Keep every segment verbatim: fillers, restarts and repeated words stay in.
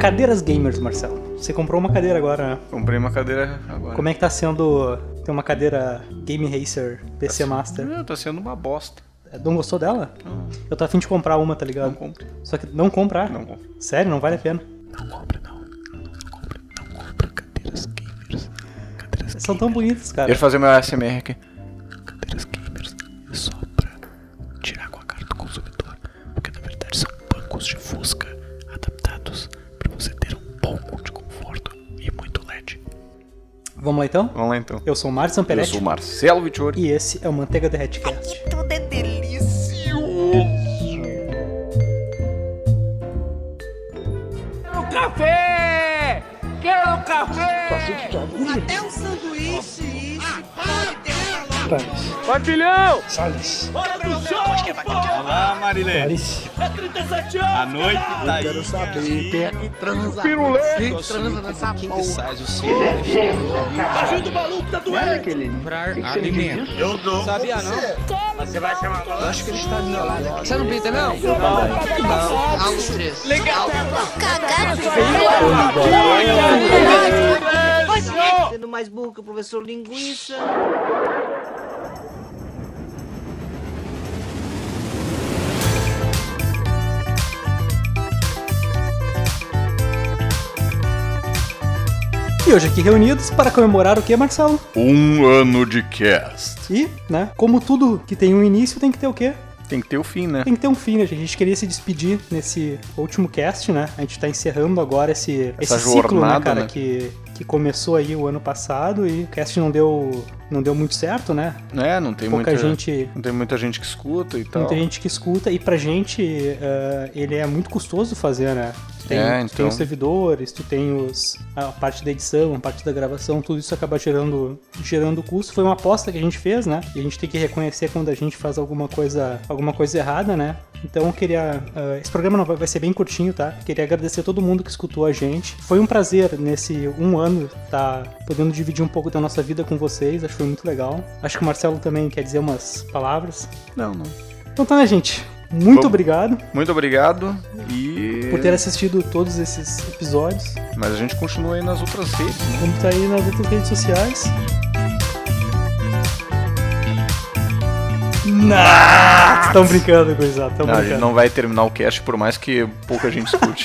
Cadeiras gamers, Marcelo. Você comprou uma cadeira agora, né? Comprei uma cadeira agora. Como é que tá sendo ter uma cadeira Game Racer P C tá Master? Não, tá sendo uma bosta. Não gostou dela? Não. Eu tô a fim de comprar uma, tá ligado? Não compre. Só que não comprar? Não compre. Sério? Não vale a pena? Não compre, não. Não compre, não compre cadeiras gamers. Cadeiras São tão bonitas, cara. Deixa eu fazer meu A S M R aqui. Cadeiras gamers é só pra tirar com a cara do consumidor. Porque na verdade são bancos de Fusca adaptados pra você ter um pouco de conforto e muito L E D. Vamos lá então? Vamos lá então. Eu sou o Márcio Samperetti. Eu sou o Marcelo Vittori. E esse é o Manteiga Derretecast. Aqui tudo é delicioso. Quero café! Quero café! Até um sanduíche. Pode ter um salão. Vai, filhão! Salles. Hora do show, porra! Olá, Marilene. Clarice. É trinta e sete A anos! noite tá aí. Quero saber quem é que transa. Pirulê. Quem transa nessa porra. Tá junto, maluco, tá doendo! Comprar alimento. Eu dou. Sabia não? Você vai chamar Eu acho que ele está do meu lado aqui. Você não pinta não? Aos três. Legal. Sendo mais burro que o professor Linguiça. E hoje aqui reunidos para comemorar o que, Marcelo? Um ano de cast. E, né, como tudo que tem um início, tem que ter o quê? Tem que ter o fim, né? Tem que ter um fim, né, gente? A gente queria se despedir nesse último cast, né? A gente tá encerrando agora esse, Essa esse ciclo, né, jornada, cara, né? Que, que começou aí o ano passado e o cast não deu, não deu muito certo, né? É, não tem Pouca muita gente... Não tem muita gente que escuta e tal. Muita gente que escuta e pra gente uh, ele é muito custoso fazer, né? Tu tem, É, tu então. tem os servidores, tu tem os, a parte da edição, a parte da gravação, tudo isso acaba gerando, gerando custo. Foi uma aposta que a gente fez, né? E a gente tem que reconhecer quando a gente faz alguma coisa, alguma coisa errada, né? Então eu queria... Uh, esse programa não vai, vai ser bem curtinho, tá? Queria agradecer a todo mundo que escutou a gente. Foi um prazer nesse um ano estar podendo dividir um pouco da nossa vida com vocês. Acho que foi muito legal. Acho que o Marcelo também quer dizer umas palavras. Não, não. Então tá, né, gente? Muito Vamos. obrigado Muito obrigado e... por ter assistido todos esses episódios. Mas a gente continua aí nas outras redes, né? Vamos estar aí nas outras redes sociais. Não! Estão brincando, gurizada. Estão Não, a gente brincando. não vai terminar o cast por mais que pouca gente escute.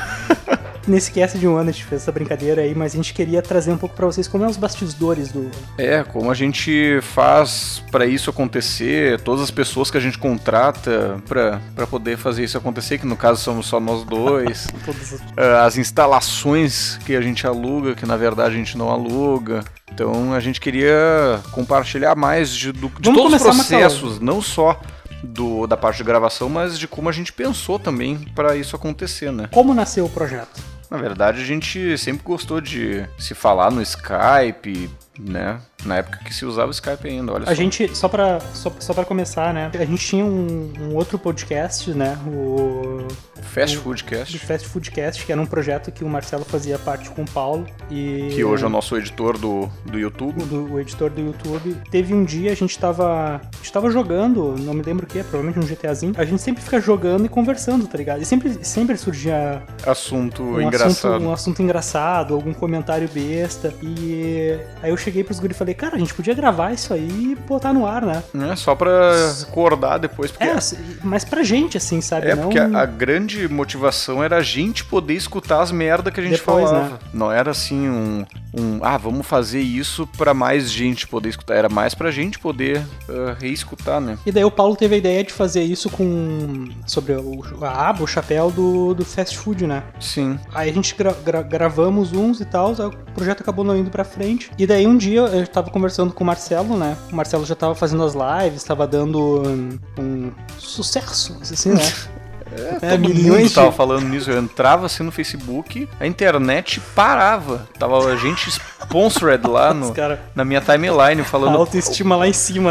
Nesse cast de um ano a gente fez essa brincadeira aí, mas a gente queria trazer um pouco pra vocês como é os bastidores do... É, como a gente faz pra isso acontecer, todas as pessoas que a gente contrata pra, pra poder fazer isso acontecer, que no caso somos só nós dois, Todas as... ah, as instalações que a gente aluga, que na verdade a gente não aluga. Então a gente queria compartilhar mais de, do, de Vamos todos os começar, processos, não só do, da parte de gravação, mas de como a gente pensou também pra isso acontecer, né? Como nasceu o projeto? Na verdade, a gente sempre gostou de se falar no Skype, né? Na época que se usava o Skype ainda, olha só. A gente, só pra, só, só pra começar, né? A gente tinha um, um outro podcast, né? O... Fast o- Foodcast, do Fast Foodcast, que era um projeto que o Marcelo fazia parte com o Paulo. E que hoje é o nosso editor do, do YouTube. o, do, o editor do YouTube. Teve um dia, a gente tava. A gente tava jogando, não me lembro o que, provavelmente um GTAzinho. A gente sempre fica jogando e conversando, tá ligado? E sempre, sempre surgia Assunto um engraçado. assunto, um assunto engraçado, algum comentário besta. E aí eu cheguei pros guri e falei, cara, a gente podia gravar isso aí e botar no ar, né? É, só pra acordar depois, porque... É, mas pra gente, assim, sabe? É, não... porque a, a grande motivação era a gente poder escutar as merda que a gente Depois, falava. né? Não era assim um, um... Ah, vamos fazer isso pra mais gente poder escutar. Era mais pra gente poder uh, reescutar, né? E daí o Paulo teve a ideia de fazer isso com... Sobre o, a aba, o chapéu do, do fast food, né? Sim. Aí a gente gra- gra- gravamos uns e tal, aí o projeto acabou não indo pra frente. E daí um dia eu tava conversando com o Marcelo, né? O Marcelo já tava fazendo as lives, tava dando um, um sucesso, assim, né? É, todo mundo tava falando nisso. Eu entrava assim no Facebook, a internet parava. Tava a gente sponsored lá no, Os cara, na minha timeline a falando... autoestima lá em cima, né?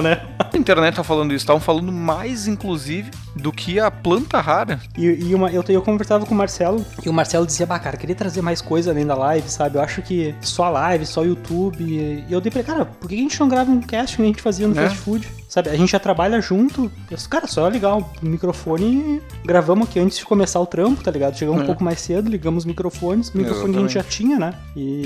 A internet tá falando isso, estavam falando mais, inclusive, do que a planta rara. E, e uma, eu, eu conversava com o Marcelo, e o Marcelo dizia, bah, cara, queria trazer mais coisa além da live, sabe? Eu acho que só live, só YouTube. E eu dei pra ele, cara, por que a gente não grava um cast que a gente fazia no É. Fast Food? Sabe? A gente já trabalha junto. Eu disse, cara, só ligar o microfone e gravamos aqui antes de começar o trampo, tá ligado? Chegamos É. um pouco mais cedo, ligamos os microfones, o microfone que a gente já tinha, né?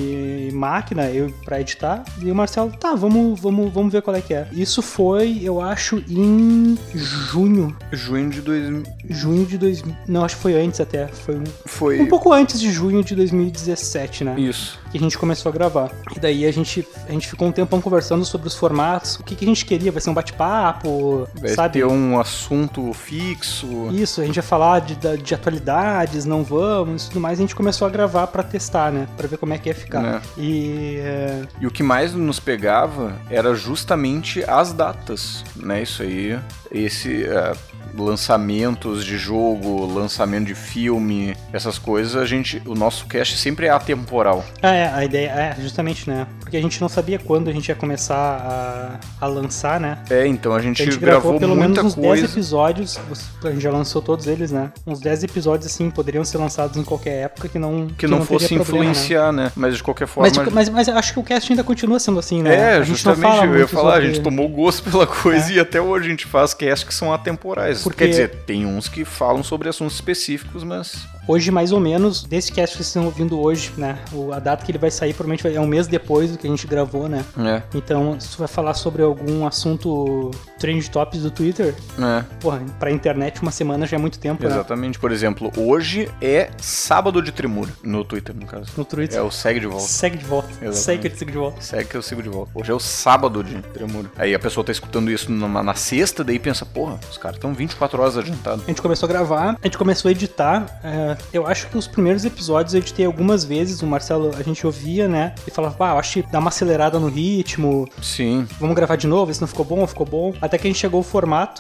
E máquina, eu pra editar. E o Marcelo, tá, vamos, vamos, vamos ver qual é que é. Isso foi, eu acho, em junho. Junho de dois mil. Junho de dois mil. Não, acho que foi antes até. Foi um, Foi. um pouco antes de junho de dois mil e dezessete, né? Isso. Que a gente começou a gravar. E daí a gente, a gente ficou um tempão conversando sobre os formatos, o que, que a gente queria, vai ser um bate-papo, Vai sabe? ter um assunto fixo. Isso, a gente ia falar de, da- de atualidades, não vamos, e tudo mais, a gente começou a gravar pra testar, né? Pra ver como é que ia ficar. Né? E... é, E o que mais nos pegava era justamente as datas, né? Isso aí, esse é, lançamentos de jogo, lançamento de filme, essas coisas, a gente, o nosso cast sempre é atemporal. Ah, é, a ideia é justamente, né? Porque a gente não sabia quando a gente ia começar a, a lançar, né? É, então a gente, A gente gravou gravou pelo muita menos uns coisa. dez episódios, a gente já lançou todos eles, né? Uns dez episódios, assim, poderiam ser lançados em qualquer época que não Que não, fosse teria problema, né? influenciar, né? Mas de qualquer forma. Mas, mas, mas eu acho que o cast ainda continua sendo assim, né? É, a gente justamente, não fala eu ia muito falar, sobre... a gente tomou gosto pela coisa É. e até hoje a gente faz casts que são atemporais. Porque- Quer dizer, tem uns que falam sobre assuntos específicos, mas... Hoje, mais ou menos, desse cast que vocês estão ouvindo hoje, né? O- a data que ele vai sair provavelmente vai- é um mês depois do que a gente gravou, né? É, Então, se tu vai falar sobre algum assunto trend topics do Twitter, é, porra, pra internet uma semana já é muito tempo, né? exatamente. Por exemplo, hoje é sábado de Tremura, no Twitter, no caso. No Twitter. É o segue de volta. Segue de volta. Exatamente. Segue que segue de volta. Segue que eu sigo de volta. Hoje é o sábado de Tremura. Aí a pessoa tá escutando isso na, na sexta, daí pensa, porra, os caras estão vinte e quatro horas adiantados. A gente começou a gravar, a gente começou a editar. é, eu acho que os primeiros episódios eu editei algumas vezes. O Marcelo, a gente ouvia, né? E falava, ah, eu acho que dá uma acelerada no ritmo. Sim. Vamos gravar de novo, se não ficou bom, ficou bom. Até que a gente chegou ao formato.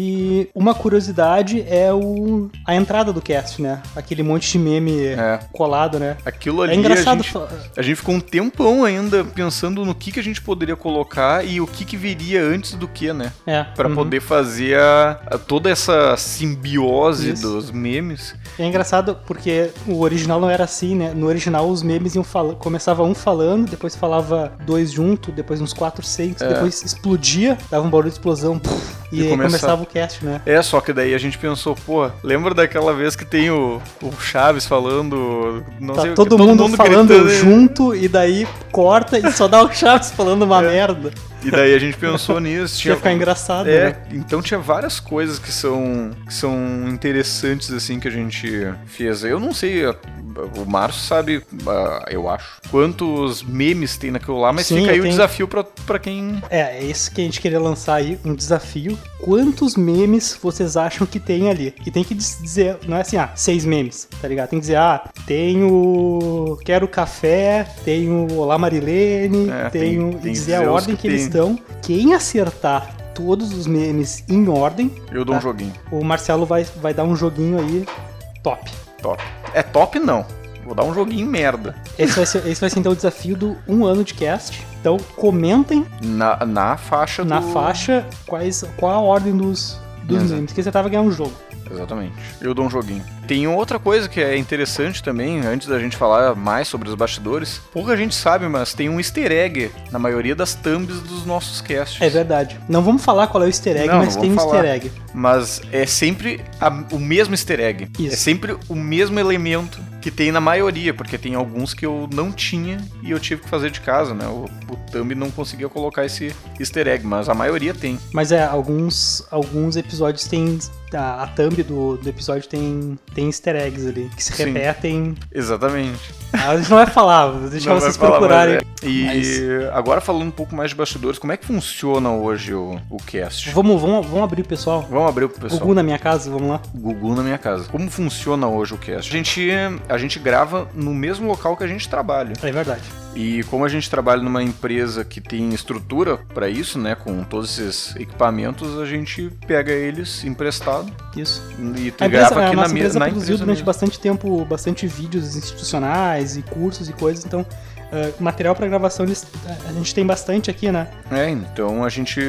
E uma curiosidade é o a entrada do cast, né? Aquele monte de meme É. colado, né? Aquilo ali É engraçado. a gente... fa- A gente ficou um tempão ainda pensando no que, que a gente poderia colocar e o que, que viria antes do que, né? É. Pra uhum. poder fazer a, a- toda essa simbiose Isso. dos memes. É engraçado porque o original não era assim, né? No original os memes iam fal... começava um falando, depois falava dois junto, depois uns quatro, seis, É. depois explodia, dava um barulho de explosão puf, e, E aí começa- começava o cast, né? É, só que daí a gente pensou, pô, lembra daquela vez que tem o, o Chaves falando, não Tá sei o que, todo, mundo, falando gritando, junto e daí corta e só dá o Chaves falando uma É. merda. E daí a gente pensou nisso. Ia ficar engraçado, É, né? então tinha várias coisas que são, que são interessantes, assim, que a gente fez. Eu não sei, a- o Márcio sabe, ah, eu acho, quantos memes tem naquilo lá, mas Sim, fica aí eu o tenho- desafio pra, pra quem... É, é isso que a gente queria lançar aí, um desafio. Quantos memes vocês acham que tem ali? E tem que diz- dizer, não é assim, ah, seis memes, tá ligado? Tem que dizer, ah, tenho Quero Café, tenho Olá Marilene, É, tem- tenho... tem e que dizer dizer a os ordem que que, eles tem. estão. Quem acertar todos os memes em ordem, Eu dou Tá. um joguinho. o Marcelo vai, vai dar um joguinho aí top. Top. É top, não. Vou dar um joguinho merda. Esse vai ser, esse vai ser então o desafio do um ano de cast. Então comentem Na, na faixa na do... faixa quais, qual a ordem dos, dos Exato. memes, que você tava ganhando um jogo. Exatamente. Eu dou um joguinho. Tem outra coisa que é interessante também, antes da gente falar mais sobre os bastidores. Pouca gente sabe, mas tem um easter egg na maioria das thumbs dos nossos casts. É verdade. Não vamos falar qual é o easter egg, Não, mas não tem um vamos easter falar. egg. Mas é sempre a- o mesmo easter egg. Isso. É sempre o mesmo elemento que tem na maioria, porque tem alguns que eu não tinha e eu tive que fazer de casa, né? O, o thumb não conseguia colocar esse easter egg, mas a maioria tem. Mas é, alguns, alguns episódios tem. A, a thumb do, do episódio tem, tem easter eggs ali, que se Sim. repetem. Exatamente. A gente não vai falar, vou deixar Não vai vocês falar, procurarem. mas é. E agora falando um pouco mais de bastidores, como é que funciona hoje o, o cast? Vamos, vamos, vamos abrir, pessoal. Vamos abrir pro pessoal. Gugu na minha casa, vamos lá. Gugu na minha casa. Como funciona hoje o cast? A gente, a gente grava no mesmo local que a gente trabalha. É verdade. E como a gente trabalha numa empresa que tem estrutura para isso, né, com todos esses equipamentos, a gente pega eles emprestado Isso. e tu A, empresa, grava a aqui nossa na, me empresa na produziu empresa durante mesmo. bastante tempo, bastante vídeos institucionais e cursos e coisas, então uh, material para gravação eles, a gente tem bastante aqui, né? É, então a gente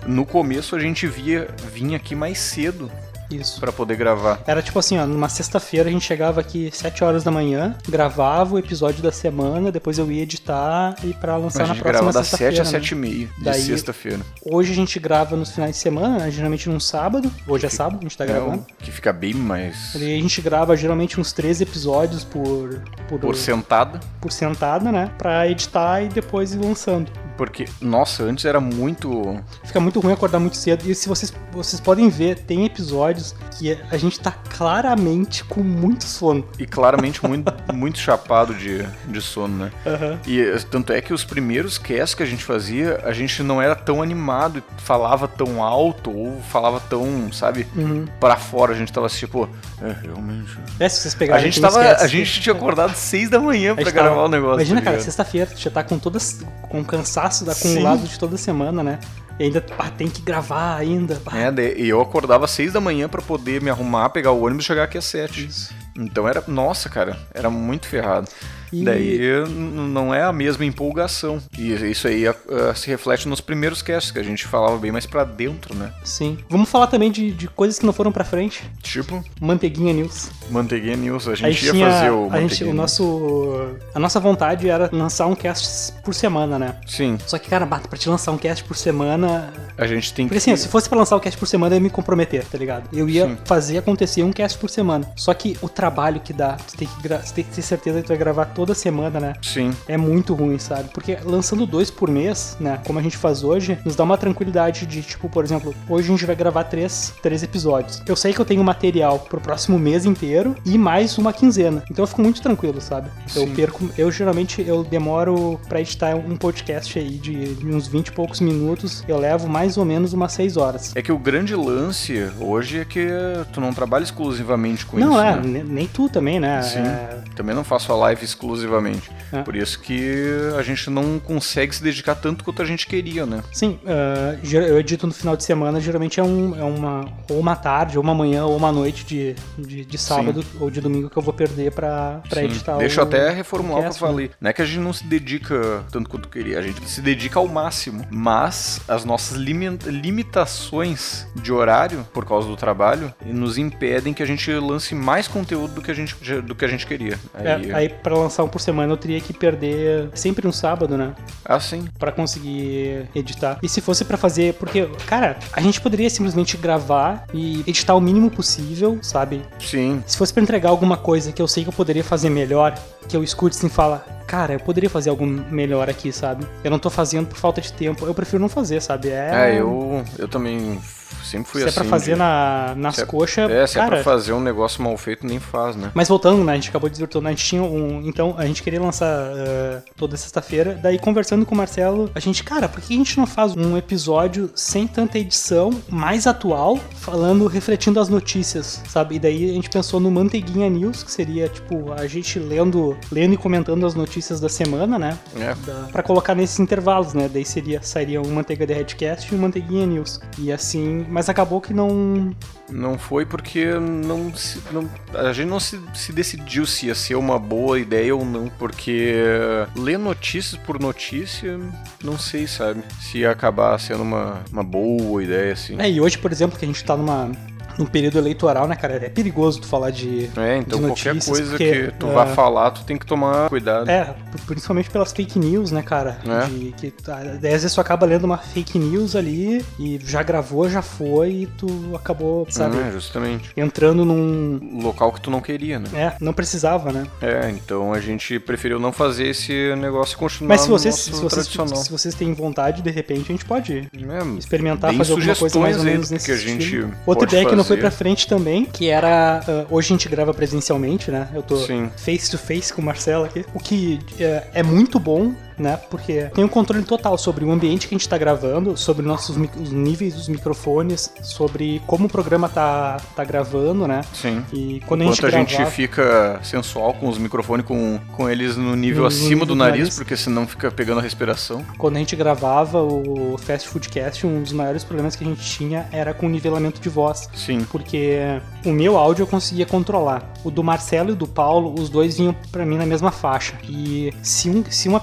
no começo a gente via, vinha aqui mais cedo Isso. pra poder gravar. Era tipo assim, ó, numa sexta-feira a gente chegava aqui sete horas da manhã, gravava o episódio da semana, depois eu ia editar e pra lançar A na gente próxima grava das sexta-feira. sete às né? sete e meia de Daí- sexta-feira. Hoje a gente grava nos finais de semana, né? Geralmente num sábado. Hoje é sábado, a gente tá É, gravando. o que fica bem mais E a gente grava geralmente uns treze episódios por, por, por sentada. por sentada, né? Pra editar e depois ir lançando. Porque, nossa, antes era muito... Fica muito ruim acordar muito cedo. E se vocês, vocês podem ver, tem episódios que a gente tá claramente com muito sono. E claramente muito, muito chapado de, de sono, né? Aham. E eh, tanto é que os primeiros casts que a gente fazia, a gente não era tão animado, e falava tão alto, ou falava tão, sabe, Uhum. pra fora. A gente tava assim, tipo, é, realmente... É, se vocês A pegarem... gente, tem tava, sketches a que- gente tinha acordado seis da manhã A pra gente gravar tava- o negócio. Imagina, tá cara, ligado? sexta-feira, tu já tá com todas, com cansaço acumulado de toda semana, né? E ainda pá, tem que gravar ainda. Pá. É, daí- e eu acordava às seis da manhã pra poder me arrumar, pegar o ônibus e chegar aqui às sete. Isso. Então era, nossa, cara, era muito ferrado. E- Daí n- não é a mesma empolgação. E isso aí ah, se reflete nos primeiros casts, que a gente falava bem mais pra dentro, né? Sim. Vamos falar também de, de coisas que não foram pra frente. Tipo, Manteiguinha News. Manteiguinha News, a gente, A gente ia tinha, fazer o a gente, Manteiguinha o News. nosso, a nossa vontade era lançar um cast por semana, né? Sim, Só que, cara, bata pra te lançar um cast por semana... a gente tem Porque que... assim, se fosse pra lançar o cast por semana, eu ia me comprometer, tá ligado? Eu ia Sim. fazer acontecer um cast por semana. Só que o trabalho que dá, tu tem que, gra- tu tem que ter certeza que tu vai gravar toda semana, né? Sim, É muito ruim, sabe? Porque lançando dois por mês, né? Como a gente faz hoje, nos dá uma tranquilidade de, tipo, por exemplo, hoje a gente vai gravar três, três episódios. Eu sei que eu tenho material pro próximo mês inteiro e mais uma quinzena. Então eu fico muito tranquilo, sabe? Eu Sim. perco. Eu geralmente eu demoro pra editar um podcast aí de, de uns vinte e poucos minutos. Eu levo mais ou menos umas seis horas. é que o grande lance hoje é que tu não trabalha exclusivamente com Não, isso, é, né? ne- nem tu também, né? Sim. É, Também não faço a live exclusivamente. É. Por isso que a gente não consegue se dedicar tanto quanto a gente queria, né? Sim, ah, ger- eu edito no final de semana, geralmente é, um, é uma ou uma tarde, ou uma manhã, ou uma noite de, de, de sábado ou de domingo que eu vou perder pra, pra Sim. editar Deixa o eu até reformular o que eu cast, né? falei. Não é que a gente não se dedica tanto quanto queria, a gente se dedica ao máximo. Mas as nossas limi- limitações de horário, por causa do trabalho, nos impedem que a gente lance mais conteúdo do que a gente, do que a gente queria. Aí, É, aí pra lançar um por semana eu teria que perder sempre um sábado, né? Ah, sim. Pra conseguir editar. E se fosse pra fazer, porque, cara, a gente poderia simplesmente gravar e editar o mínimo possível, sabe? Sim. Se fosse pra entregar alguma coisa que eu sei que eu poderia fazer melhor, que eu escute assim e fala, cara, eu poderia fazer algo melhor aqui, sabe? Eu não tô fazendo por falta de tempo, eu prefiro não fazer, sabe? É, É, eu, eu também sempre fui se assim. é pra fazer de- na, nas se é- coxas, É, se é cara... pra fazer um negócio mal feito, nem faz, né? Mas voltando, né, a gente acabou desvirtuando, a gente tinha um... Então, a gente queria lançar uh, toda sexta-feira, daí conversando com o Marcelo, a gente, cara, por que a gente não faz um episódio sem tanta edição, mais atual, falando, refletindo as notícias, sabe? E daí a gente pensou no Manteiguinha News, que seria, tipo, a gente lendo, lendo e comentando as notícias da semana, né? É. Da, pra colocar nesses intervalos, né? Daí seria, sairia um Manteiga de Redcast e um Manteiguinha News. E assim, mas acabou que não... Não foi porque não, se- não- a gente não se, se decidiu se ia ser uma boa ideia ou não, porque ler notícias por notícia, não sei, sabe? Se ia acabar sendo uma, uma boa ideia, assim. É, e hoje, por exemplo, que a gente tá numa, num período eleitoral, né, cara? É perigoso tu falar de. É, então de qualquer notícias, coisa porque, que tu é, vá falar, tu tem que tomar cuidado. É, principalmente pelas fake news, né, cara? É. De, que, às vezes tu acaba lendo uma fake news ali e já gravou, já foi e tu acabou, sabe, É, justamente. entrando num. Local que tu não queria, né? É, não precisava, né? É, então a gente preferiu não fazer esse negócio e continuar Mas se no vocês, nosso se, vocês, tradicional. se vocês têm vontade, de repente a gente pode É, experimentar deem fazer alguma coisa mais ou sugestões aí menos do nesse que a gente estilo. Outra pode ideia que não foi fazer. pra frente também, que era... ah, hoje a gente grava presencialmente, né? Eu tô Sim. face to face com o Marcelo aqui. O que é, é muito bom, né? Porque tem um controle total sobre o ambiente que a gente tá gravando, sobre nossos mic- os níveis dos microfones, sobre como o programa tá, tá gravando, né? Sim. E quando Enquanto a a gente gente, gravava... fica sensual com os microfones, com, com eles no nível No- no acima nível do do nariz, nariz. porque senão fica pegando a respiração. Quando a gente gravava o Fast Foodcast, um dos maiores problemas que a gente tinha era com o nivelamento de voz. Sim. Porque o meu áudio eu conseguia controlar. O do Marcelo e do Paulo, os dois vinham pra mim na mesma faixa. E se, um, se uma pessoa tá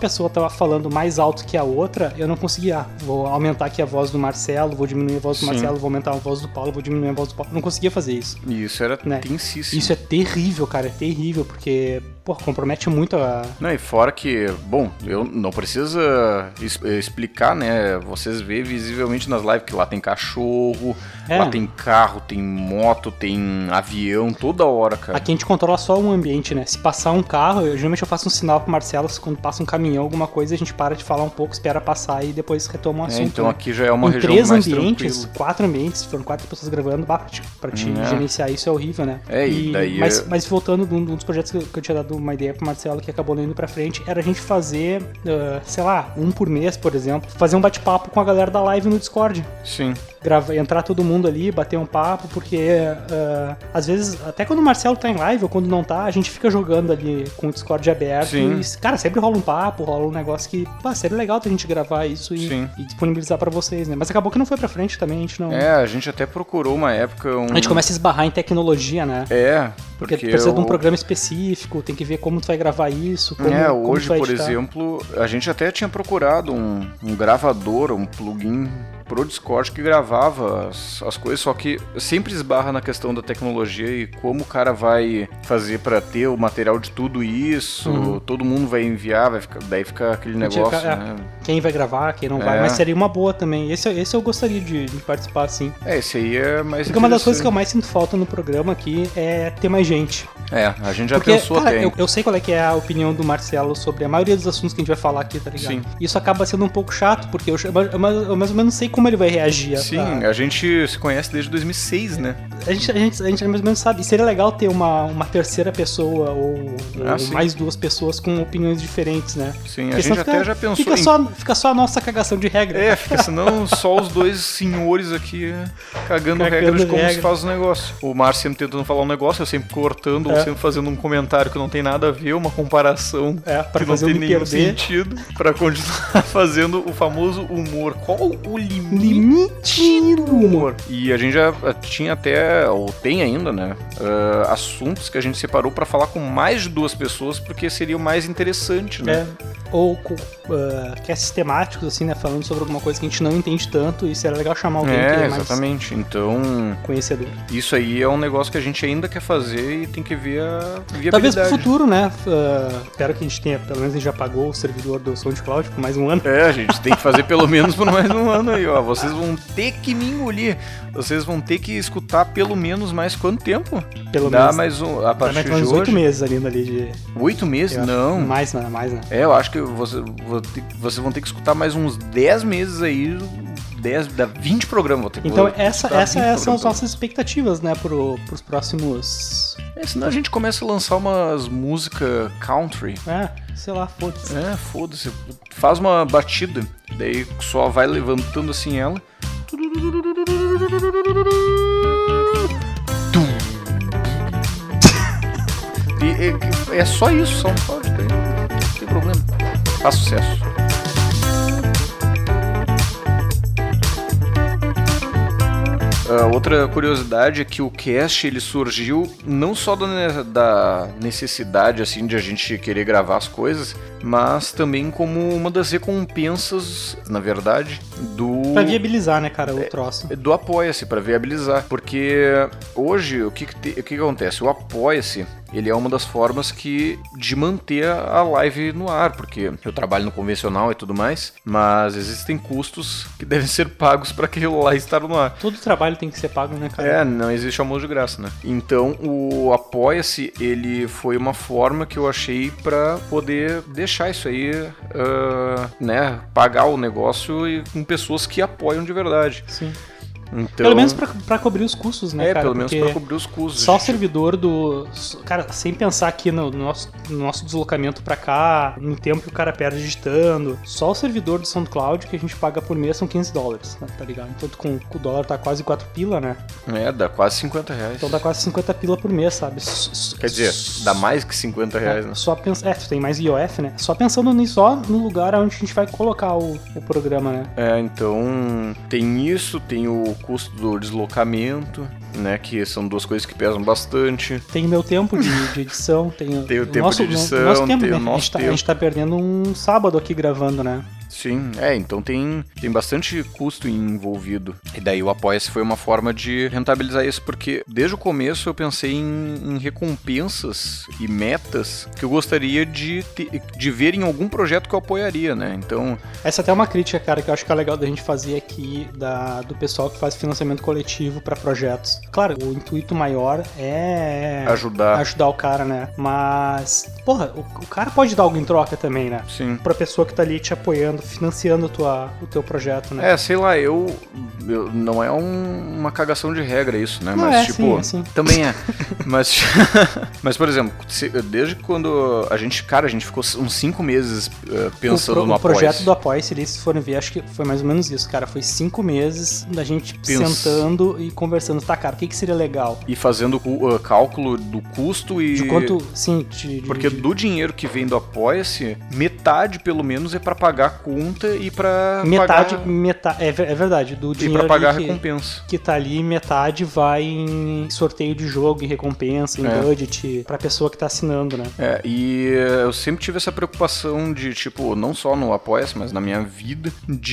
tava falando mais alto que a outra, eu não conseguia. Ah, vou aumentar aqui a voz do Marcelo, vou diminuir a voz do Sim. Marcelo, vou aumentar a voz do Paulo, vou diminuir a voz do Paulo. Eu não conseguia fazer isso. E isso era Né? tensíssimo. Isso é terrível, cara, é terrível, porque, pô, compromete muito a... Não, e fora que, bom, eu não precisa es- explicar, né? Vocês veem visivelmente nas lives que lá tem cachorro, É. lá tem carro, tem moto, tem avião, toda hora, cara. Aqui a gente controla só um ambiente, né? Se passar um carro, eu, geralmente eu faço um sinal pro Marcelo, quando passa um caminhão, alguma coisa, a gente para de falar um pouco, espera passar e depois retoma o É, assunto. então né? aqui já é uma em região três mais ambientes, tranquila. quatro ambientes, foram quatro pessoas gravando, bah, pra te, pra te É. gerenciar isso é horrível, né? É, e daí mas, é- mas voltando, um, um dos projetos que eu, que eu tinha dado uma ideia pro Marcelo, que acabou não indo pra frente, era a gente fazer, uh, sei lá, um por mês, por exemplo, fazer um bate-papo com a galera da live no Discord. Sim. Grava, entrar todo mundo ali, bater um papo, porque uh, às vezes, até quando o Marcelo tá em live ou quando não tá, a gente fica jogando ali com o Discord aberto. Sim. E, cara, sempre rola um papo, rola um negócio que, pá, seria legal da gente gravar isso e, Sim. e disponibilizar pra vocês, né? Mas acabou que não foi pra frente também, a gente não... É, a gente até procurou uma época um... A gente começa a esbarrar em tecnologia, né? É, Porque, porque... precisa de um eu- programa específico, tem que ver como tu vai gravar isso, como, É, como hoje, tu vai por editar. exemplo, a gente até tinha procurado um, um gravador, um plugin pro Discord que gravava as, as coisas, só que sempre esbarra na questão da tecnologia e como o cara vai fazer pra ter o material de tudo isso, Uhum. todo mundo vai enviar, vai ficar, daí fica aquele Gente, negócio, é, né? Quem vai gravar, quem não vai, É. mas seria uma boa também. Esse, esse eu gostaria de, de participar, sim. É, esse aí é mais Porque uma das coisas que eu interessante. mais sinto falta no programa aqui é ter mais gente. É, a gente já Porque, pensou cara, até, hein? eu, eu sei qual é que é a opinião do Marcelo sobre a maioria dos assuntos que a gente vai falar aqui, tá ligado? Sim. Isso acaba sendo um pouco chato, porque eu, eu, eu, eu mais ou menos sei como ele vai reagir. Sim, a, a gente se conhece desde dois mil e seis, né? a, gente, a, gente, a gente mais ou menos sabe. E seria legal ter uma, uma terceira pessoa ou, Ah, ou sim. mais duas pessoas com opiniões diferentes, né? Sim, a Porque gente senão até já pensou fica em... Só, fica só a nossa cagação de regra. É, fica senão só os dois senhores aqui cagando, Cagando regras de como regra. se faz o negócio. O Márcio sempre tentando falar um negócio, eu sempre cortando, ou É. sempre fazendo um comentário que não tem nada a ver, uma comparação É, pra que não fazer tem eu me nenhum perder. sentido, pra continuar fazendo o famoso humor. Qual o limite Limite do humor? E a gente já tinha até, ou tem ainda, né, ah, assuntos que a gente separou pra falar com mais de duas pessoas, porque seria o mais interessante, né? É, ou com, uh, que é sistemáticos, assim, né? Falando sobre alguma coisa que a gente não entende tanto e seria legal chamar alguém que É, é mais exatamente. Então, conhecedor. isso aí é um negócio que a gente ainda quer fazer e tem que ver a viabilidade. Talvez pro futuro, né? Uh, espero que a gente tenha, pelo menos a gente já pagou o servidor do SoundCloud por mais um ano. É, a gente tem que fazer pelo menos por mais um ano aí, ó. Vocês vão ter que me engolir. Vocês vão ter que escutar pelo menos mais quanto tempo? Pelo Dá menos. mais um, a Dá partir mais de uns hoje. oito meses ali, ali de. Oito meses? eu acho. Não. Mais, né? Mais, né? É, eu acho que você, vou ter- vocês vão ter que escutar mais uns dez meses aí. dez, dá vinte programas. Vou ter que Então, vou essa, escutar essa vinte são as programas. nossas expectativas, né? Pro, pros próximos. É, senão a gente começa a lançar umas músicas country. É, sei lá, foda-se. É, foda-se. Faz uma batida, daí só vai levantando assim ela. E é, é só isso, só pode, tem, não tem problema. Faz sucesso. Uh, outra curiosidade é que o cast ele surgiu não só da, ne- da necessidade assim de a gente querer gravar as coisas, mas também como uma das recompensas, na verdade, do Pra viabilizar, né, cara, o troço. do Apoia-se, para viabilizar. Porque hoje, o que, que, te- o que, que acontece? O Apoia-se, ele é uma das formas que de manter a live no ar, porque eu trabalho no convencional e tudo mais, mas existem custos que devem ser pagos para aquilo lá estar no ar. Todo trabalho tem que ser pago, né, cara? É, não existe almoço de graça, né? Então, o Apoia-se, ele foi uma forma que eu achei pra poder deixar isso aí, ah, né, pagar o negócio e com pessoas que apoiam de verdade. Sim. Então, Pelo menos pra, pra cobrir os custos, né, é, cara? pelo menos Porque pra cobrir os custos. só o gente. servidor do... Cara, sem pensar aqui no, no nosso, no nosso deslocamento pra cá, no tempo que o cara perde digitando, só o servidor do SoundCloud que a gente paga por mês são quinze dólares, né, tá ligado? Então com, com o dólar tá quase quatro pila, né? É, dá quase cinquenta reais. Então dá quase cinquenta pila por mês, sabe? S- s- Quer dizer, dá mais que cinquenta reais, né? Só pensa... É, tu tem mais I O F, né? Só pensando nisso, só no lugar onde a gente vai colocar o, o programa, né? É, então tem isso, tem o custo do deslocamento, né? Que são duas coisas que pesam bastante. Tem o meu tempo de, de edição, tem, Tem o tempo nosso, de edição, o nosso tempo, tem né? o nosso a, gente tá, tempo. a gente tá perdendo um sábado aqui gravando, né? Sim, é, então tem, tem bastante custo envolvido. E daí o Apoia-se foi uma forma de rentabilizar isso, porque desde o começo eu pensei em, em recompensas e metas que eu gostaria de, ter, de ver em algum projeto que eu apoiaria, né? Então... Essa até é uma crítica, cara, que eu acho que é legal da gente fazer aqui, da, do pessoal que faz financiamento coletivo pra projetos. Claro, o intuito maior é... Ajudar. Ajudar o cara, né? Mas, porra, o, o cara pode dar algo em troca também, né? Sim. Pra pessoa que tá ali te apoiando, financiando a tua, o teu projeto, né? É, sei lá, eu, eu não é um, uma cagação de regra isso, né? Não, Mas é, tipo, sim, é, sim. também é. Mas, mas por exemplo, se, desde quando a gente, cara, a gente ficou uns cinco meses uh, pensando o, pro, no o projeto Apoia-se. do Apoia-se, se forem ver, acho que foi mais ou menos isso, cara. Foi cinco meses da gente Pensa. sentando e conversando. Tá, cara, o que, que seria legal? E fazendo o uh, cálculo do custo e... De quanto, sim, de, de, Porque de... do dinheiro que vem do Apoia-se, metade pelo menos é pra pagar a conta e pra Metade, pagar... metade, é, ver- é verdade, do E dinheiro pra pagar a ali que, recompensa. que tá ali, metade vai em sorteio de jogo, em recompensa, em É. budget, pra pessoa que tá assinando, né? É, e eu sempre tive essa preocupação de, tipo, não só no Apoia-se, mas na minha vida,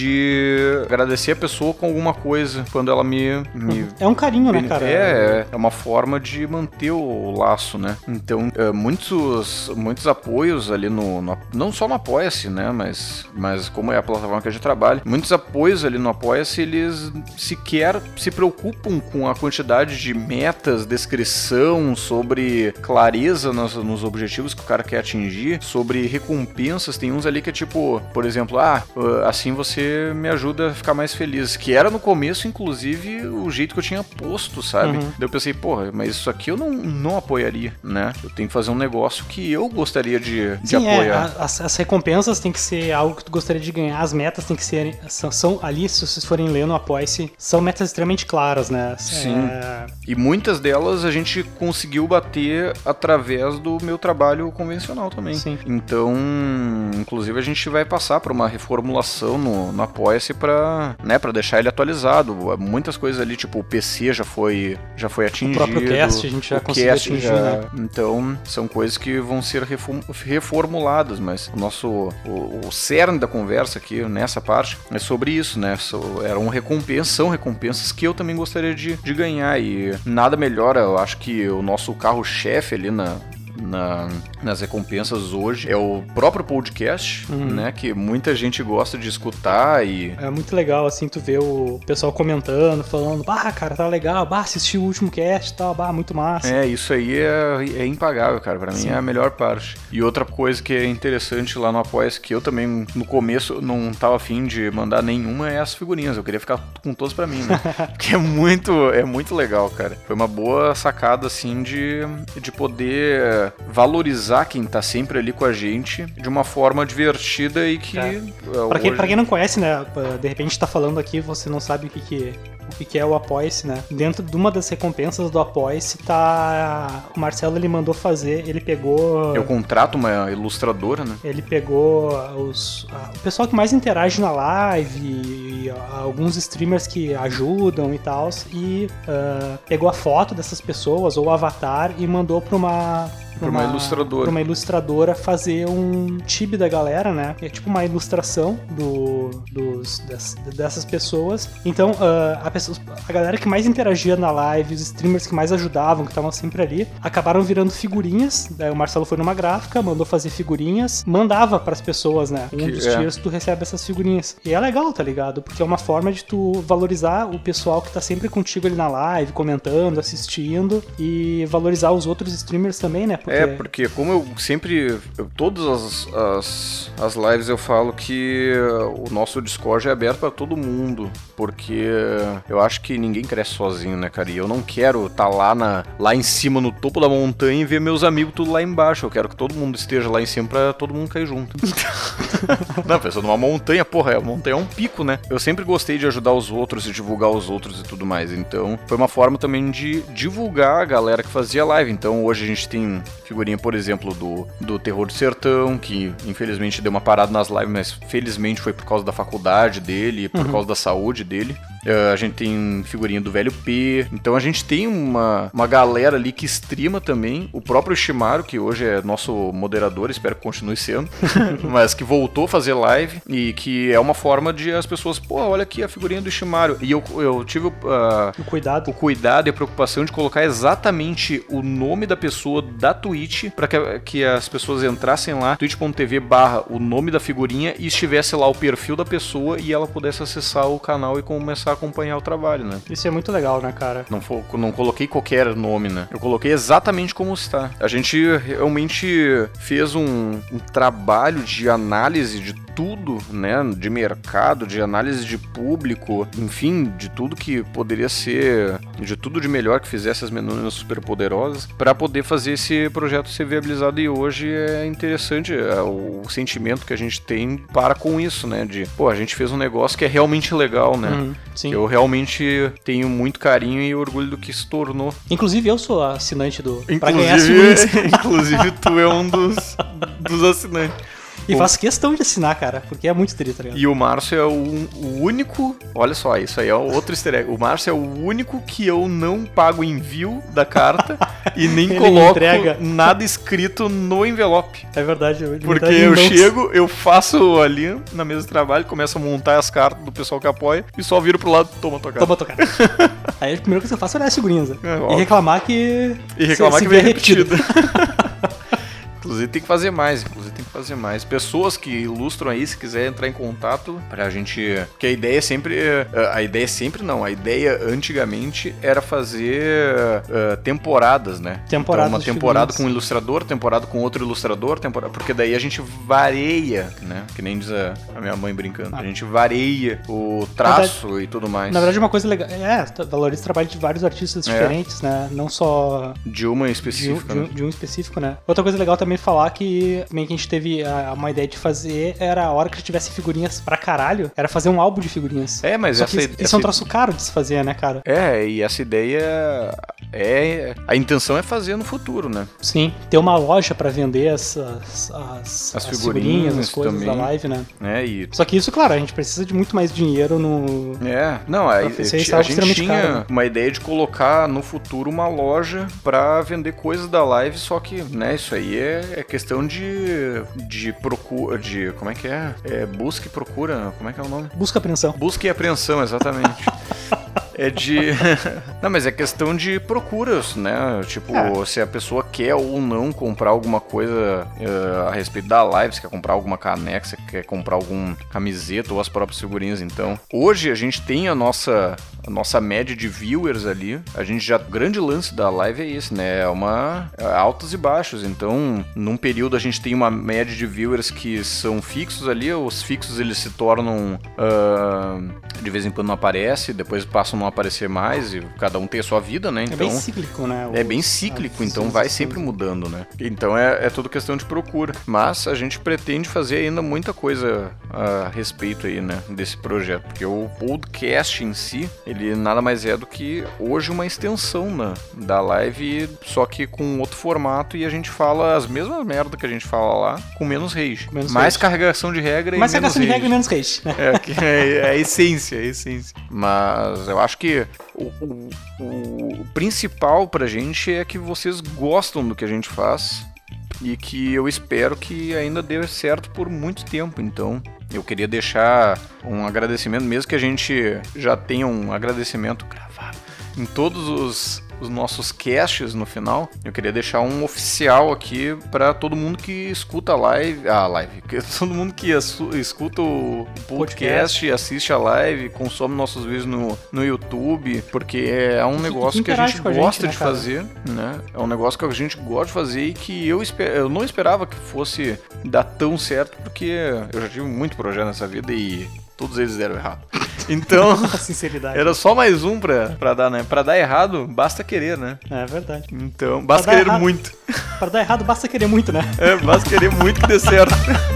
de agradecer a pessoa com alguma coisa quando ela me... me É um carinho, né, cara? É, é uma forma de manter o laço, né? Então, é, muitos, muitos apoios ali no, no... Não só no Apoia-se, né? Mas, mas como é a plataforma que a gente trabalha, muitos apoios ali no Apoia-se, eles sequer se preocupam com a quantidade de metas, descrição, sobre clareza nos, nos objetivos que o cara quer atingir, sobre recompensas. Tem uns ali que é tipo, por exemplo, ah, assim você me ajuda a ficar mais feliz. Que era no começo, inclusive, o jeito que eu tinha posto, sabe? Uhum. Daí eu pensei, porra, mas isso aqui eu não, não apoiaria, né? Eu tenho que fazer um negócio que eu gostaria de, de Sim, apoiar. é, as, as recompensas tem que ser algo que tu gostaria de ganhar, as metas tem que ser, são, são ali, se vocês forem ler no Apoia-se, são metas extremamente claras, né? Sim. É, E muitas delas a gente conseguiu bater através do meu trabalho convencional também. Sim. Então, inclusive, a gente vai passar por uma reformulação no, no Apoia-se pra, né, pra deixar ele atualizado. Muitas coisas ali, tipo, o P C já foi, já foi atingido. O próprio cast a gente já o conseguiu cast atingir, já- né? Então, são coisas que vão ser reform- reformuladas, mas o nosso, o, o cerne da conversa aqui, nessa parte, é sobre isso, né? So- eram recompensas, são recompensas que eu também gostaria de, de ganhar, e nada melhor, eu acho que o nosso carro-chefe ali na... Na, nas recompensas hoje é o próprio podcast, Uhum. né, que muita gente gosta de escutar e É muito legal, assim, tu ver o pessoal comentando, falando, bah, cara, tá legal, bah, assisti o último cast e tal, bah, muito massa. é, isso aí é, é impagável, cara, pra mim Sim. é a melhor parte. E outra coisa que é interessante lá no Apoia-se, que eu também no começo não tava afim de mandar nenhuma, é as figurinhas, eu queria ficar com todas pra mim, né, porque é muito, é muito legal, cara. Foi uma boa sacada, assim, de, de poder valorizar quem tá sempre ali com a gente de uma forma divertida e que... É. uh, Pra quem, hoje- pra quem não conhece, né, de repente tá falando aqui, você não sabe o que que, o que que é o Apoia-se, né? Dentro de uma das recompensas do Apoia-se tá... O Marcelo, ele mandou fazer, ele pegou... Eu contrato uma ilustradora, né? Ele pegou os, a- o pessoal que mais interage na live, e a- alguns streamers que ajudam e tal, e ah, pegou a foto dessas pessoas, ou o avatar, e mandou pra uma... Pra uma ilustradora. Pra uma ilustradora fazer um tibi da galera, né? É tipo uma ilustração do, dos, das- dessas pessoas. Então, ah, a, pessoa- a galera que mais interagia na live, os streamers que mais ajudavam, que estavam sempre ali, acabaram virando figurinhas. Daí o Marcelo foi numa gráfica, mandou fazer figurinhas, mandava pras pessoas, né? Um Que- dos é. dias tu recebe essas figurinhas. E é legal, tá ligado? Porque é uma forma de tu valorizar o pessoal que tá sempre contigo ali na live, comentando, assistindo, e valorizar os outros streamers também, né? Porque É, porque como eu sempre, eu- todas as, as, as lives eu falo que o nosso Discord é aberto pra todo mundo, porque eu acho que ninguém cresce sozinho, né, cara? E eu não quero estar lá, na, lá em cima, no topo da montanha, e ver meus amigos tudo lá embaixo. Eu quero que todo mundo esteja lá em cima pra todo mundo cair junto. Não, pensando numa montanha, porra, a montanha é um pico, né? Eu sempre gostei de ajudar os outros e divulgar os outros e tudo mais. Então, foi uma forma também de divulgar a galera que fazia live. Então, hoje a gente tem figurinha, por exemplo, do, do Terror do Sertão, que infelizmente deu uma parada nas lives, mas felizmente foi por causa da faculdade dele e por Uhum. causa da saúde dele. Uh, a gente tem figurinha do Velho P. Então a gente tem uma, uma galera ali que streama também. O próprio Shimaru, que hoje é nosso moderador, espero que continue sendo, mas que voltou a fazer live e que é uma forma de as pessoas, pô, olha aqui a figurinha do Shimaru. E eu, eu tive uh, o cuidado. o cuidado e a preocupação de colocar exatamente o nome da pessoa da Twitch para que, que as pessoas entrassem lá, twitch.tv barra o nome da figurinha e estivesse lá o perfil da pessoa e ela pudesse acessar o canal e começar a acompanhar o trabalho, né? Isso é muito legal, né, cara? Não, for, não coloquei qualquer nome, né? Eu coloquei exatamente como está. A gente realmente fez um, um trabalho de análise de tudo, né, de mercado, de análise de público, enfim, de tudo que poderia ser, de tudo de melhor que fizesse as meninas superpoderosas, para poder fazer esse projeto ser viabilizado. E hoje é interessante é, o sentimento que a gente tem para com isso, né, de, pô, a gente fez um negócio que é realmente legal, né, uhum, sim. Eu realmente tenho muito carinho e orgulho do que se tornou. Inclusive eu sou assinante do... Inclusive, pra ganhar figurinhas. Inclusive tu é um dos, dos assinantes. E faço questão de assinar, cara, porque é muito triste, tá ligado? E o Márcio é o, o único... Olha só, isso aí é outro easter egg. O Márcio é o único que eu não pago envio da carta e nem Ele coloco entrega. nada escrito no envelope. É verdade. Eu Porque eu chego, eu faço ali na mesa de trabalho, começo a montar as cartas do pessoal que apoia e só viro pro lado, toma tua carta. Toma tua carta. Aí a primeira coisa que eu faço é olhar as figurinhas. Né? É, e óbvio. reclamar que... E reclamar se, que se vem vê repetido. Inclusive tem que fazer mais, inclusive tem que fazer mais. Pessoas que ilustram aí, se quiser entrar em contato pra gente... Porque a ideia sempre... A ideia sempre não, a ideia antigamente era fazer uh, temporadas, né? Temporadas. Então, uma temporada com um ilustrador, temporada com outro ilustrador, temporada... porque daí a gente vareia, né? Que nem diz a, a minha mãe brincando. Ah. A gente vareia o traço verdade, e tudo mais. Na verdade, uma coisa legal... É, valoriza o trabalho de vários artistas é. diferentes, né? Não só... De uma específica. De um, de um, de um específico, né? Outra coisa legal também falar que também que a gente teve a, uma ideia de fazer era a hora que tivesse figurinhas pra caralho, era fazer um álbum de figurinhas. É, mas Só essa que ideia... Isso é um troço caro de se fazer, né, cara? É, e essa ideia é... A intenção é fazer no futuro, né? Sim, ter uma loja pra vender as, as, as, as as figurinhas, figurinhas, as coisas também. da live, né? É, e... Só que isso, claro, a gente precisa de muito mais dinheiro no... É, não, a, a, a gente tinha caro, né? uma ideia de colocar no futuro uma loja pra vender coisas da live, só que, né, isso aí é, é questão de de procura, de, como é que é? É busca e procura, como é que é o nome? Busca e apreensão. Busca e apreensão, exatamente. É de... Não, mas é questão de procuras, né? Tipo, é. se a pessoa quer ou não comprar alguma coisa uh, a respeito da live, se quer comprar alguma caneca, se quer comprar alguma camiseta ou as próprias figurinhas. Então, hoje a gente tem a nossa, a nossa média de viewers ali. A gente já... O grande lance da live é esse, né? É uma... É altos e baixos. Então, num período a gente tem uma média de viewers que são fixos ali. Os fixos, eles se tornam... Uh, de vez em quando não aparece, depois passam a não aparecer mais e cada um tem a sua vida, né? Então, é bem cíclico, né? É bem cíclico, então vai sempre mudando, né? Então é, é tudo questão de procura. Mas a gente pretende fazer ainda muita coisa a respeito aí, né? Desse projeto. Porque o podcast em si, ele nada mais é do que hoje uma extensão, né, da live, só que com outro formato e a gente fala as mesmas merda que a gente fala lá, com menos rage. Com menos mais rage. Carregação de regra mais e menos carregação rage. de regra e menos rage. É, que é, é a essência, é a essência. Mas eu acho que o, o, o principal pra gente é que vocês gostam do que a gente faz e que eu espero que ainda dê certo por muito tempo. Então, eu queria deixar um agradecimento, mesmo que a gente já tenha um agradecimento gravado em todos os, os nossos casts no final. Eu queria deixar um oficial aqui para todo mundo que escuta a live, a live, todo mundo que escuta o podcast, podcast, assiste a live, consome nossos vídeos no, no YouTube, porque é um negócio que, que a gente gosta a gente, né, de cara? fazer, né? É um negócio que a gente gosta de fazer e que eu, esper... eu não esperava que fosse dar tão certo, porque eu já tive muito projeto nessa vida e todos eles deram errado. Então, sinceridade. Era só mais um pra, pra dar, né? Pra dar errado, basta querer, né? É verdade. Então, basta querer errado, muito. Pra dar errado, basta querer muito, né? É, basta querer muito que dê certo.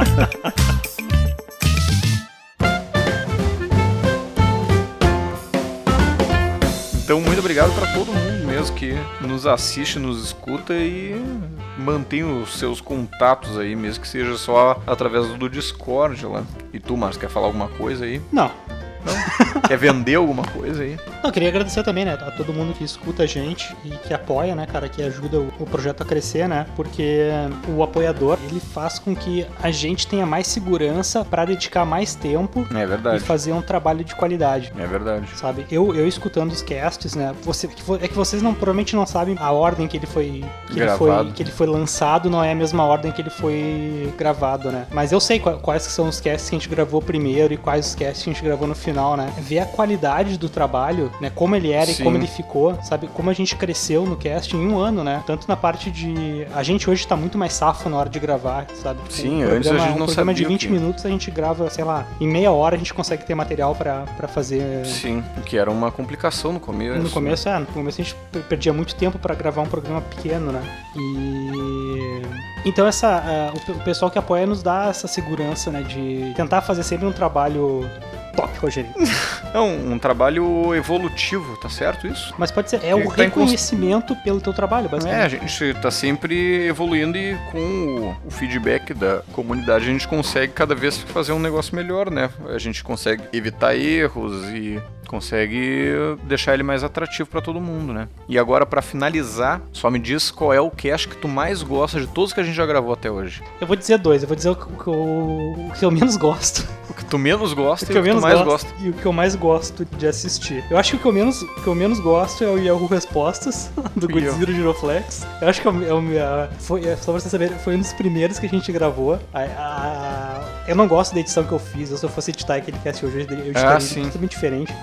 Então, muito obrigado pra todo mundo mesmo que nos assiste, nos escuta e mantém os seus contatos aí, mesmo que seja só através do Discord lá. E tu, Marcos, quer falar alguma coisa aí? Não. Não? Quer vender alguma coisa aí? Não, eu queria agradecer também, né, a todo mundo que escuta a gente e que apoia, né, cara, que ajuda o, o projeto a crescer, né, porque o apoiador, ele faz com que a gente tenha mais segurança pra dedicar mais tempo É e verdade. fazer um trabalho de qualidade. É verdade. Sabe, eu, eu escutando os casts, né, você, que vo- é que vocês não, provavelmente não sabem a ordem que ele foi que ele foi, Gravado. que ele foi lançado, não é a mesma ordem que ele foi gravado, né, mas eu sei qua- quais que são os casts que a gente gravou primeiro e quais os casts que a gente gravou no final, né, ver a qualidade do trabalho, né, como ele era Sim. e como ele ficou, sabe, como a gente cresceu no cast em um ano, né, tanto na parte de, a gente hoje tá muito mais safo na hora de gravar, sabe. Sim, um antes a programa, gente não um programa sabia de o vinte que- minutos a gente grava, sei lá, em meia hora a gente consegue ter material pra, pra fazer. Sim, que era uma complicação no começo. No começo, é, no começo a gente per- perdia muito tempo pra gravar um programa pequeno, né? E então essa, ah, o, pe- o pessoal que apoia nos dá essa segurança, né, de tentar fazer sempre um trabalho top, Rogerinho. É um, um trabalho evolutivo, tá certo isso? Mas pode ser, é Que o tá em cons- reconhecimento pelo teu trabalho, É, a basicamente. gente tá sempre evoluindo e com o, o feedback da comunidade a gente consegue cada vez fazer um negócio melhor, né? A gente consegue evitar erros e consegue deixar ele mais atrativo pra todo mundo, né? E agora, pra finalizar, só me diz qual é o cast que tu mais gosta de todos que a gente já gravou até hoje. Eu vou dizer dois, eu vou dizer o, que eu- o que eu menos gosto. O que tu menos gosta O e que eu o que tu menos mais gosto gosta. e o que eu mais gosto de assistir. Eu acho que o que eu menos, o que eu menos gosto é o Yahoo Respostas, do E eu? Godzilla Giroflex. Eu acho que é o, é o minha- foi, é, só pra você saber, foi um dos primeiros que a gente gravou. A- a- eu não gosto da edição que eu fiz. Eu, se eu fosse editar aquele cast hoje, eu editaria Ah, sim. totalmente diferente.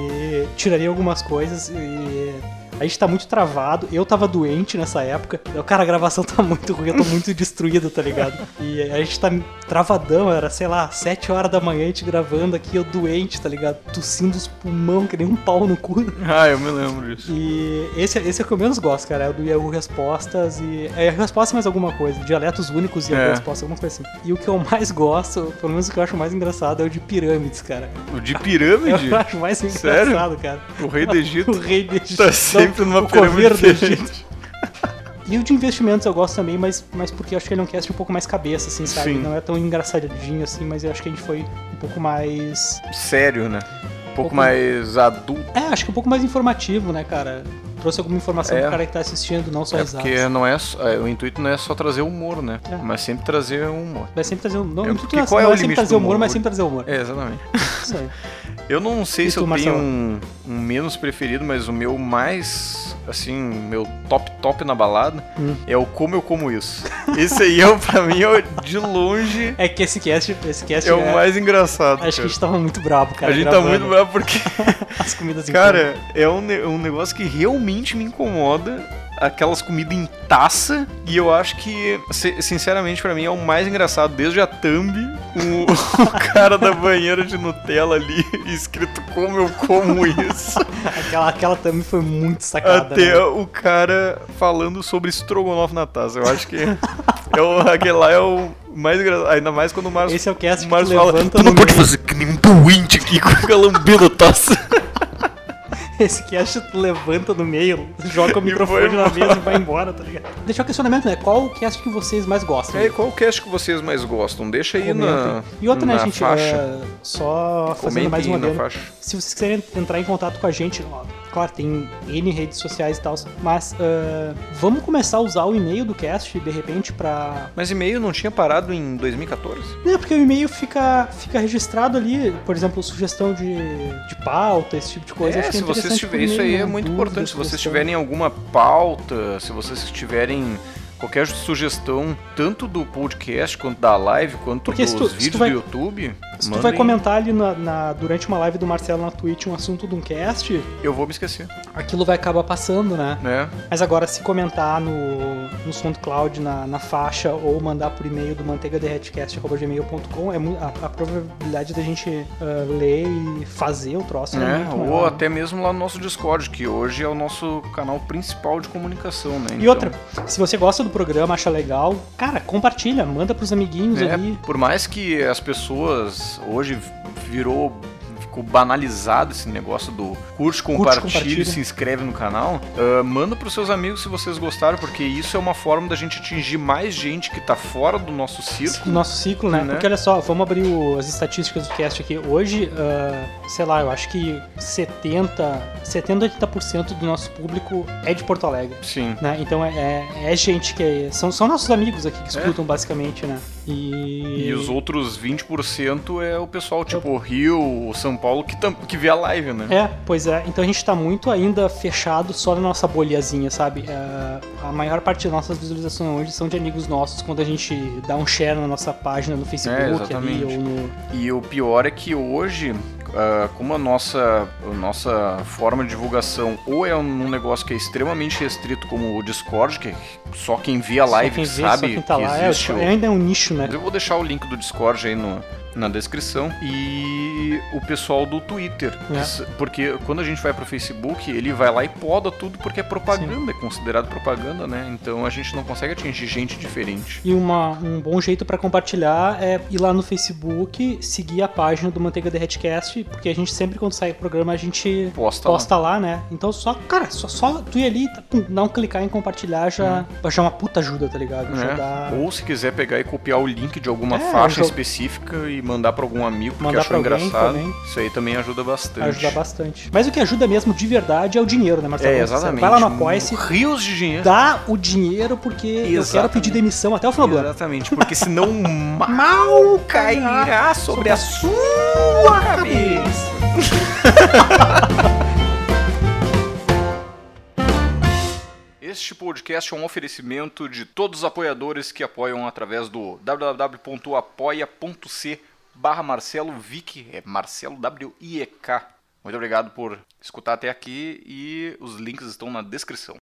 E tiraria algumas coisas e... A gente tá muito travado, eu tava doente nessa época. Eu, cara, a gravação tá muito ruim, eu tô muito destruído, tá ligado? E a gente tá travadão, era, sei lá, sete horas da manhã a gente gravando aqui, eu doente, tá ligado? Tossindo os pulmão, que nem um pau no cu. Ah, eu me lembro disso. E esse, esse é o que eu menos gosto, cara, é o do Yahoo Respostas e... É Yahoo Respostas mais alguma coisa, dialetos únicos e Yahoo É. Respostas, alguma coisa assim. E o que eu mais gosto, pelo menos o que eu acho mais engraçado, é o de pirâmides, cara. O de pirâmide? Eu acho mais Sério? engraçado, cara. O rei do Egito O rei do Egito. tá sempre numa o coveiro pirâmide do diferente. Egito. E o de investimentos eu gosto também, mas, mas porque eu acho que ele é um cast um pouco mais cabeça, assim, sabe? Sim. Não é tão engraçadinho assim, mas eu acho que a gente foi um pouco mais... Sério, né? Um pouco pouco- mais adulto. É, acho que um pouco mais informativo, né, cara? Trouxe alguma informação É. pro cara que tá assistindo, não só É risadas. porque não é só- é, o intuito não é só trazer humor, né? É. Mas sempre trazer humor. Vai sempre trazer... Não, É, não, porque não, qual é não o é sempre limite trazer do humor, humor? mas sempre trazer humor. É, exatamente. Isso aí. Eu não sei E se tu, eu Marcelo? tenho um, um menos preferido, mas o meu mais, assim, meu top top na balada Hum. é o Como Eu Como Isso. Esse aí, é, o- pra mim, é o- de longe, É que esse cast, esse cast é o mais engraçado. Acho que a cara. gente tava muito bravo, cara. A gente tá gravando muito bravo porque, as comidas em cara, é um, ne- um negócio que realmente me incomoda. Aquelas comidas em taça. E eu acho que, se- sinceramente, pra mim é o mais engraçado. Desde a thumb, o, o cara da banheira de Nutella ali, escrito Como Eu Como Isso. Aquela, aquela também foi muito sacada. Até né? o cara falando sobre estrogonofe na taça. Eu acho que é o, aquele lá é o mais engraçado. Ainda mais quando o Márcio, Esse é o cast o que Márcio tu fala, levanta tu não no pode meio." fazer que nem um doente aqui com a lambendo a taça. Esse cast tu levanta no meio, joga o microfone vai na embora. mesa e vai embora, tá ligado? Deixa o questionamento, né? Qual o cast que vocês mais gostam? E aí, qual o cast que vocês mais gostam? Deixa aí na, Comentem. E outra, né, na gente? faixa. é, só fazendo Comentem mais uma aí na vez. faixa. Se vocês quiserem entrar em contato com a gente, ó, claro, tem N redes sociais e tal, mas é, vamos começar a usar o e-mail do cast, de repente, pra... Mas e-mail não tinha parado em dois mil e quatorze? É, porque o e-mail fica, fica registrado ali, por exemplo, sugestão de, de pauta, esse tipo de coisa. É, Acho que é se vocês interessante tiverem por isso aí e-mail, é né? muito Dúvida, importante. Se vocês sugestão. tiverem alguma pauta, se vocês tiverem qualquer sugestão, tanto do podcast, quanto da live, quanto Porque dos se tu- se tu vídeos vai- do YouTube, Se tu mandem. vai comentar ali na, na- durante uma live do Marcelo na Twitch um assunto de um cast, Eu vou me esquecer, aquilo vai acabar passando, né? né? Mas agora, se comentar no, no SoundCloud, na, na faixa, ou mandar por e-mail do manteigaderretecast arroba gmail ponto com, é mu- a, a probabilidade da gente ah, ler e fazer o troço é, É, muito ou maior, né? até mesmo lá no nosso Discord, que hoje é o nosso canal principal de comunicação, né? E Então, outra, se você gosta do programa, acha legal, cara, compartilha, manda pros amiguinhos é, ali. por mais que as pessoas hoje virou, ficou banalizado esse negócio do curte, compartilhe, compartilha. se inscreve no canal. Uh, manda pros seus amigos se vocês gostaram, porque isso é uma forma da gente atingir mais gente que tá fora do nosso O círculo. nosso ciclo, né? Né? Porque olha só, vamos abrir o- as estatísticas do cast aqui. Hoje, ah, sei lá, eu acho que setenta, setenta, oitenta por cento do nosso público é de Porto Alegre. Sim. Né? Então é, é, é gente que é, são, são nossos amigos aqui que É. escutam basicamente, né? E, E os outros vinte por cento é o pessoal tipo Rio, São Paulo, que, tam- que vê a live, né? É, pois é. Então a gente tá muito ainda fechado só na nossa bolhazinha, sabe? É, a maior parte das nossas visualizações hoje são de amigos nossos quando a gente dá um share na nossa página no Facebook ali exatamente. ou no. E o pior é que hoje, ah, como a nossa, a nossa forma de divulgação ou é um negócio que é extremamente restrito, como o Discord, que só quem vê a live só quem vê, sabe só quem tá que lá. É, existe o... ainda é um nicho, né? Eu vou deixar o link do Discord aí no, na descrição. E o pessoal do Twitter. É. que s- Porque quando a gente vai pro Facebook, ele vai lá e poda tudo porque é propaganda, é considerado propaganda, né? Então a gente não consegue atingir gente diferente. E uma, um bom jeito pra compartilhar é ir lá no Facebook, seguir a página do Manteiga Derretecast, porque a gente sempre quando sai o programa a gente Posta lá. posta lá, né? Então só, cara, só, só tu ir ali, tá, pum, dá um clicar em compartilhar já, já é uma puta ajuda, tá ligado? Já É. dá... Ou se quiser pegar e copiar o link de alguma É, faixa eu- específica e mandar pra algum amigo porque Mandar achou pra alguém engraçado. também. Isso aí também ajuda bastante. Ajuda bastante. Mas o que ajuda mesmo de verdade é o dinheiro, né, Marcelo? É, Vamos ser exatamente. sincero. Vai lá no Apoia-se, Rios de dinheiro. dá o dinheiro porque eu quero Exatamente. pedir demissão até o final do ano. Exatamente, porque senão mal cairá sobre a sua cabeça. Este podcast é um oferecimento de todos os apoiadores que apoiam através do w w w ponto apoia ponto c barra Marcelo Vick, é Marcelo W I E K. Muito obrigado por escutar até aqui e os links estão na descrição.